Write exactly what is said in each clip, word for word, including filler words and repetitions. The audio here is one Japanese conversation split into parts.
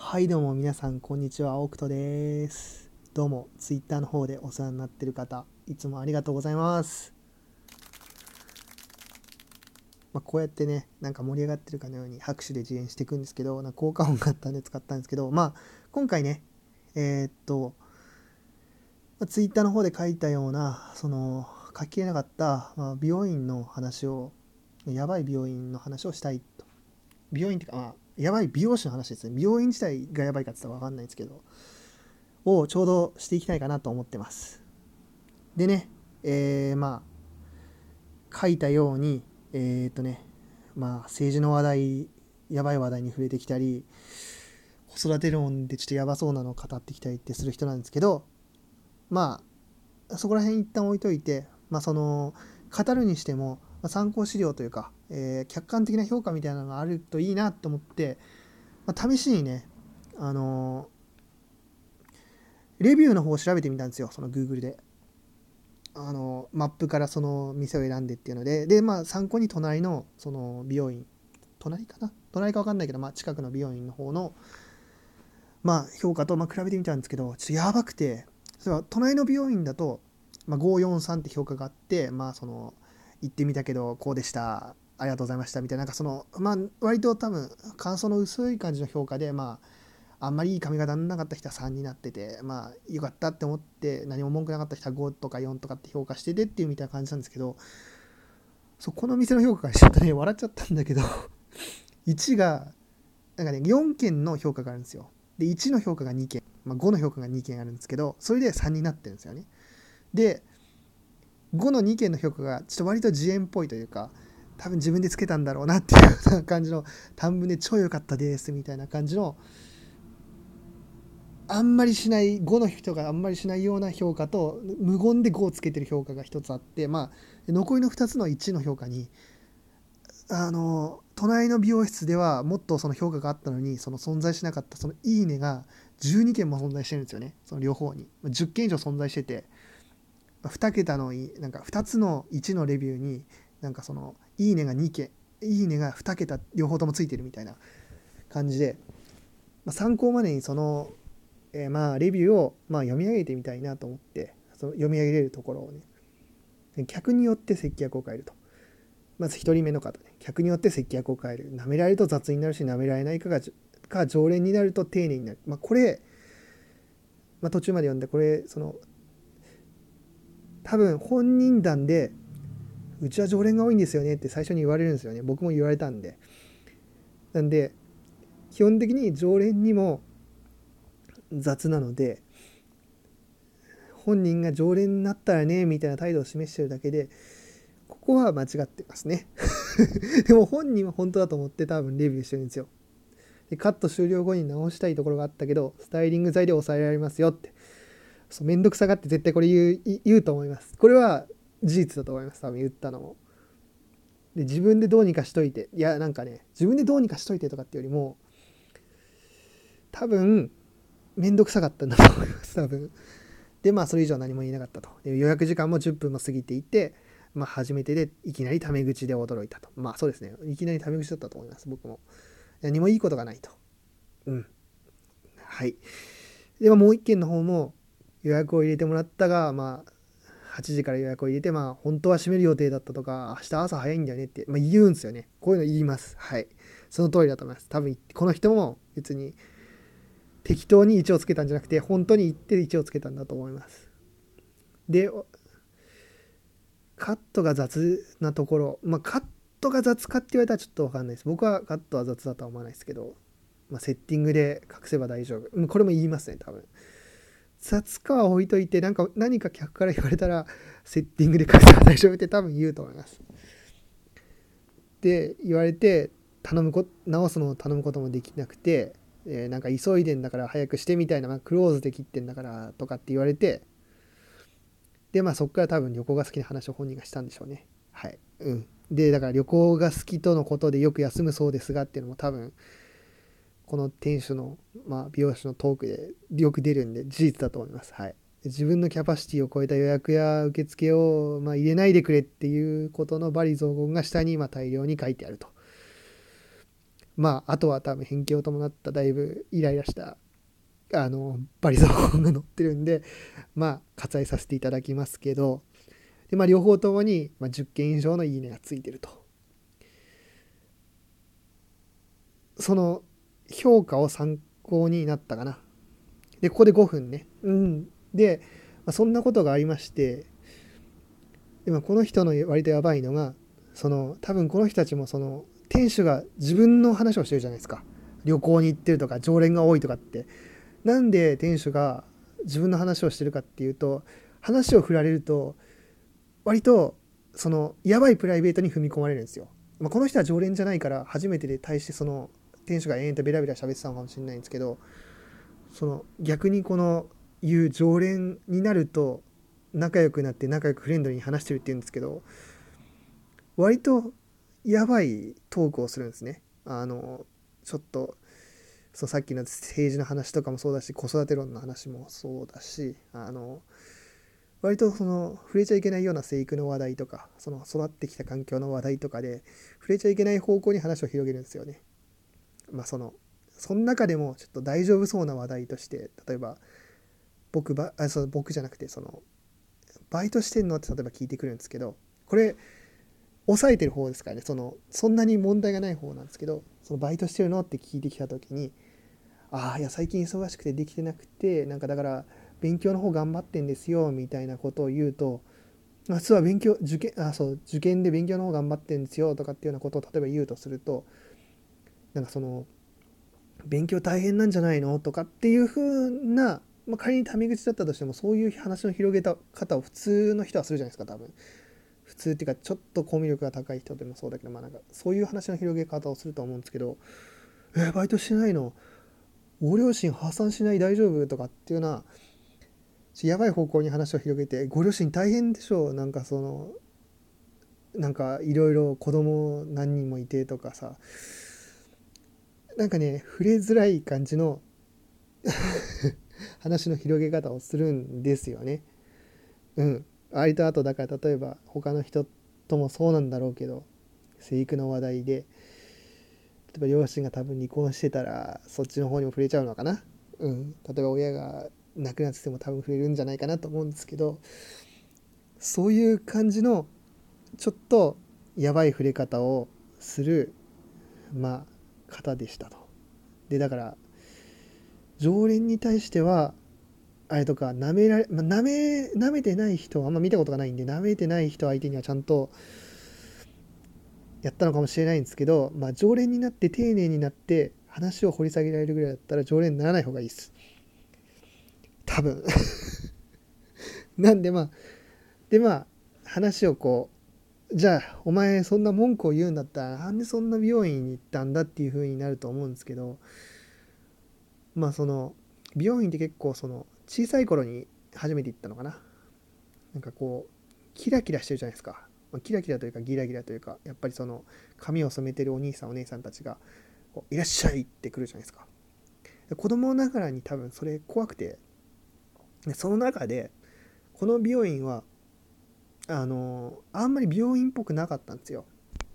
はいどうも皆さんこんにちは、青久です。どうもツイッターの方でお世話になっている方いつもありがとうございます。まあ、こうやってねなんか盛り上がってるかのように拍手で自演していくんですけど、なんか効果音があったんで使ったんですけど、まあ今回ねえーっと、まあ、ツイッターの方で書いたようなその書ききれなかった、まあ、美容院の話をやばい美容院の話をしたいと。美容院っていうか、まあ、やばい美容師の話ですね。美容院自体がやばいかって言ったら分かんないんですけどをちょうどしていきたいかなと思ってます。でね、えー、まあ書いたようにえー、っとねまあ政治の話題、やばい話題に触れてきたり、子育て論でちょっとやばそうなのを語ってきたりってする人なんですけど、まあそこら辺一旦置いといて、まあその語るにしても、まあ、参考資料というか、えー、客観的な評価みたいなのがあるといいなと思って、まあ、試しにねあのーレビューの方を調べてみたんですよ、その Google で。あのマップからその店を選んでっていうので、でまあ参考に隣のその美容院、隣かな隣か分かんないけど、まあ、近くの美容院の方のまあ評価とまあ比べてみたんですけど、ちょっとやばくて、それは隣の美容院だと、まあ、ごひゃくよんじゅうさんって評価があって、まあその行ってみたけどこうでした、ありがとうございましたみたいな、なんかそのまあ割と多分感想の薄い感じの評価で、まああんまりいい髪型にならなかった人はさんになってて、まあよかったって思って何も文句なかった人はごとかよんとかって評価しててっていうみたいな感じなんですけど、そこの店の評価がちょっとね笑っちゃったんだけどいちがなんかねよんけんの評価があるんですよ。でいちの評価がにけん、まあ、ごの評価がにけんあるんですけど、それでさんになってるんですよね。でごのにけんの評価がちょっと割と自演っぽいというか、多分自分でつけたんだろうなっていう感じの短文で超良かったですみたいな感じの、あんまりしないごの人があんまりしないような評価と、無言でごをつけてる評価がひとつあって、まあ残りのふたつのいちの評価に、あの隣の美容室ではもっとその評価があったのに、その存在しなかったそのいいねがじゅうにけんも存在してるんですよね、その両方にじゅっけん以上存在してて、に桁のなんかふたつのいちのレビューになんかそのいいねがにけん、いいねがに桁両方ともついてるみたいな感じで、まあ、参考までにそのえー、まあレビューをまあ読み上げてみたいなと思って、その読み上げれるところをね、客によって接客を変えると。まずひとりめの方ね、客によって接客を変える。舐められると雑になるし、舐められないかがか常連になると丁寧になる。まあこれ、まあ、途中まで読んで、これその多分本人談でうちは常連が多いんですよねって最初に言われるんですよね。僕も言われたんで。なんで基本的に常連にも雑なので、本人が常連になったらねみたいな態度を示してるだけで、ここは間違ってますねでも本人は本当だと思って多分レビューしてるんですよ。でカット終了後に直したいところがあったけどスタイリング剤で抑えられますよって、そうめんどくさがって絶対これ言う言うと思います。これは事実だと思います、多分言ったのも。で自分でどうにかしといて、いやなんかね自分でどうにかしといてとかってよりも、多分めんどくさかったんだと思います多分。でまあそれ以上何も言えなかったと。で予約時間もじゅっぷんも過ぎていて、まあ、初めてでいきなりタメ口で驚いたと。まあそうですね、いきなりタメ口だったと思います、僕も。何もいいことがないと。うん。はい。で、まあ、もう一件の方も予約を入れてもらったが、まあ、はちじから予約を入れて、まあ、本当は閉める予定だったとか、明日朝早いんだよねって、まあ、言うんですよね。こういうの言います。はい。その通りだと思います。多分、この人も別に適当に位置をつけたんじゃなくて、本当に言って位置をつけたんだと思います。で、カットが雑なところ、まあ、カットが雑かって言われたらちょっと分かんないです。僕はカットは雑だとは思わないですけど、まあ、セッティングで隠せば大丈夫。これも言いますね、多分。雑かは置いといて、なんか何か客から言われたら、セッティングで隠せば大丈夫って多分言うと思います。で、言われて、頼むこ直すのを頼むこともできなくて、えー、なんか急いでんだから早くしてみたいな、まあ、クローズで切ってんだからとかって言われて、で、まあそこから多分旅行が好きな話を本人がしたんでしょうね。はい。うん。で、だから旅行が好きとのことでよく休むそうですがっていうのも多分、この店主の、まあ、美容師のトークでよく出るんで事実だと思います。はい。自分のキャパシティを超えた予約や受付を、まあ、入れないでくれっていうことの罵詈雑言が下に今大量に書いてあると。 まああとは多分偏見を伴っただいぶイライラしたあのバリゾーンが載ってるんで、まあ割愛させていただきますけど、で、まあ、両方ともに、まあ、じゅっけん以上のいいねがついてると。その評価を参考になったかな。でここでごふんね。うんで、まあ、そんなことがありまして、でもこの人の割とやばいのが、その多分この人たちもその店主が自分の話をしてるじゃないですか。旅行に行ってるとか常連が多いとかって、なんで店主が自分の話をしてるかっていうと、話を振られると割とそのやばいプライベートに踏み込まれるんですよ。まあ、この人は常連じゃないから初めてで対してその店主が延々とベラベラ喋ってたのかもしれないんですけど、その逆にこのいう常連になると仲良くなって仲良くフレンドリーに話してるっていうんですけど、割とやばいトークをするんですね。あのちょっとそうさっきの政治の話とかもそうだし、子育て論の話もそうだし、あの割とその触れちゃいけないような生育の話題とか、その育ってきた環境の話題とかで触れちゃいけない方向に話を広げるんですよね。まあそのその中でもちょっと大丈夫そうな話題として、例えば僕ばあそう僕じゃなくてそのバイトしてんのって例えば聞いてくるんですけど、これ抑えてる方ですからね。そのそんなに問題がない方なんですけど、そのバイトしてるのって聞いてきた時に、ああいや最近忙しくてできてなくて、なんかだから勉強の方頑張ってんですよみたいなことを言うと、あ実は勉強受験あそう受験で勉強の方頑張ってんですよとかっていうようなことを例えば言うとすると、なんかその勉強大変なんじゃないのとかっていう風な、まあ、仮にタメ口だったとしてもそういう話の広げた方を普通の人はするじゃないですか多分。普通っていうかちょっとコミュ力が高い人でもそうだけど、まあなんかそういう話の広げ方をすると思うんですけど、えー、バイトしてないの、ご両親破産しない大丈夫とかっていうようなやばい方向に話を広げて、ご両親大変でしょう、なんかそのなんかいろいろ子供何人もいてとかさ、なんかね触れづらい感じの話の広げ方をするんですよね。うん割とあとだから例えば他の人ともそうなんだろうけど、生育の話題で例えば両親が多分離婚してたらそっちの方にも触れちゃうのかな。うん例えば親が亡くなってても多分触れるんじゃないかなと思うんですけど、そういう感じのちょっとやばい触れ方をするまあ方でしたと。でだから常連に対してはあれとか舐められ、まあ、舐め舐めてない人はあんま見たことがないんで、舐めてない人相手にはちゃんとやったのかもしれないんですけど、まあ常連になって丁寧になって話を掘り下げられるぐらいだったら常連にならない方がいいです多分なんでまあでまあ話をこう、じゃあお前そんな文句を言うんだったらなんでそんな美容院に行ったんだっていう風になると思うんですけど、まあその美容院って結構その小さい頃に初めて行ったのかな。なんかこうキラキラしてるじゃないですか。まあキラキラというかギラギラというか、やっぱりその髪を染めてるお兄さんお姉さんたちがこういらっしゃいって来るじゃないですか。で子供ながらに多分それ怖くて、でその中でこの美容院はあのあんまり美容院っぽくなかったんですよ。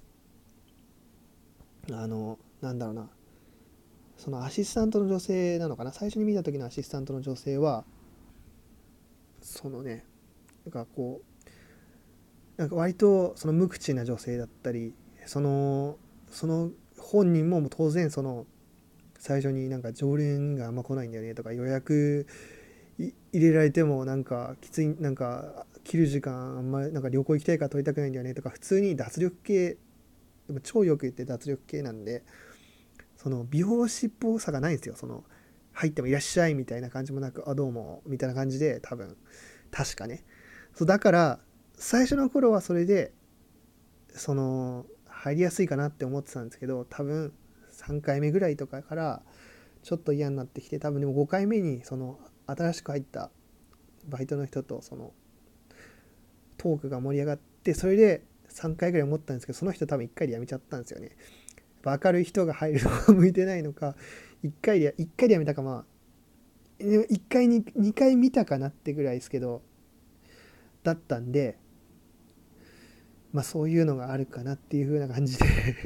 あのなんだろうな、そのアシスタントの女性なのかな、最初に見た時のアシスタントの女性はそのね、なんかこうなんか割とその無口な女性だったり、そのその本人も当然その最初になんか常連があんま来ないんだよねとか、予約入れられてもなんかきつい、なんか切る時間あんまりなんか旅行行きたいから取りたくないんだよねとか、普通に脱力系、でも超よく言って脱力系なんで、その美容師っぽさがないんですよ。その入ってもいらっしゃいみたいな感じもなく、あどうもみたいな感じで、多分確かね。そうだから最初の頃はそれでその入りやすいかなって思ってたんですけど、多分さんかいめぐらいとかからちょっと嫌になってきて、多分でもごかいめにその新しく入ったバイトの人とそのトークが盛り上がって、それでさんかいぐらい思ったんですけど、その人多分いっかいでやめちゃったんですよね。明るい人が入るのが向いてないのか、いっかいでいっかいでやめたか、まあいっかいににかい見たかなってぐらいですけどだったんで、まあそういうのがあるかなっていう風な感じで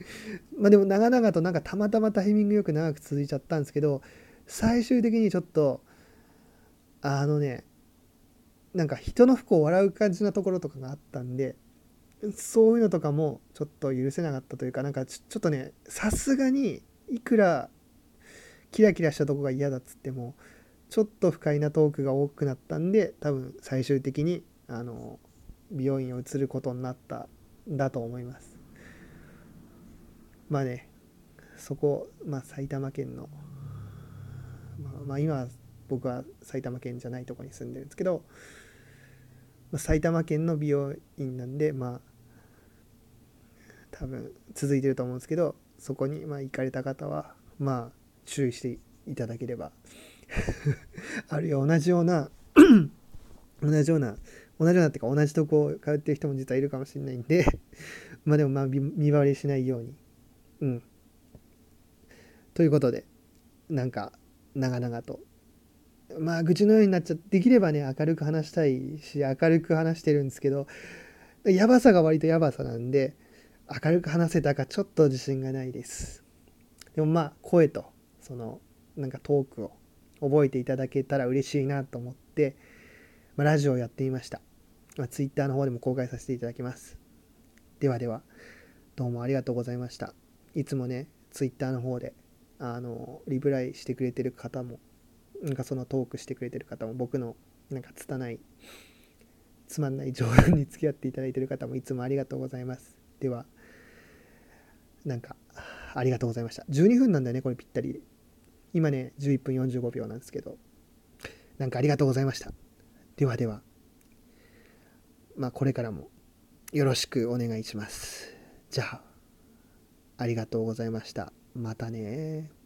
まあでも長々となんかたまたまタイミングよく長く続いちゃったんですけど、最終的にちょっとあのね、なんか人の不幸を笑う感じなところとかがあったんで、そういうのとかもちょっと許せなかったというか、なんかちょ、ちょっとね、さすがにいくらキラキラしたとこが嫌だっつってもちょっと不快なトークが多くなったんで、多分最終的にあの美容院を移ることになったんだと思います。まあね、そこ、まあ、埼玉県の、まあ、まあ今僕は埼玉県じゃないところに住んでるんですけど、まあ、埼玉県の美容院なんで、まあ多分続いてると思うんですけど、そこにまあ行かれた方はまあ注意していただければあるいは同じような同じような同じようなっていうか同じとこ通ってる人も実はいるかもしれないんでまあでもまあ見張りしないように、うんということで、なんか長々とまあ愚痴のようになっちゃって、できればね明るく話したいし明るく話してるんですけど、やばさが割とやばさなんで明るく話せたかちょっと自信がないです。でもまあ声とそのなんかトークを覚えていただけたら嬉しいなと思って、まあ、ラジオをやってみました。まあ、ツイッターの方でも公開させていただきます。ではでは、どうもありがとうございました。いつもねツイッターの方であのリプライしてくれてる方も、なんかそのトークしてくれてる方も、僕のなんか拙いつまんない冗談に付き合っていただいている方もいつもありがとうございます。では、なんかありがとうございました。じゅうにふんなんだよねこれぴったり。今ねじゅういっぷんよんじゅうごびょうなんですけど、なんかありがとうございました。ではでは、まあこれからもよろしくお願いします。じゃあ、ありがとうございました。またね。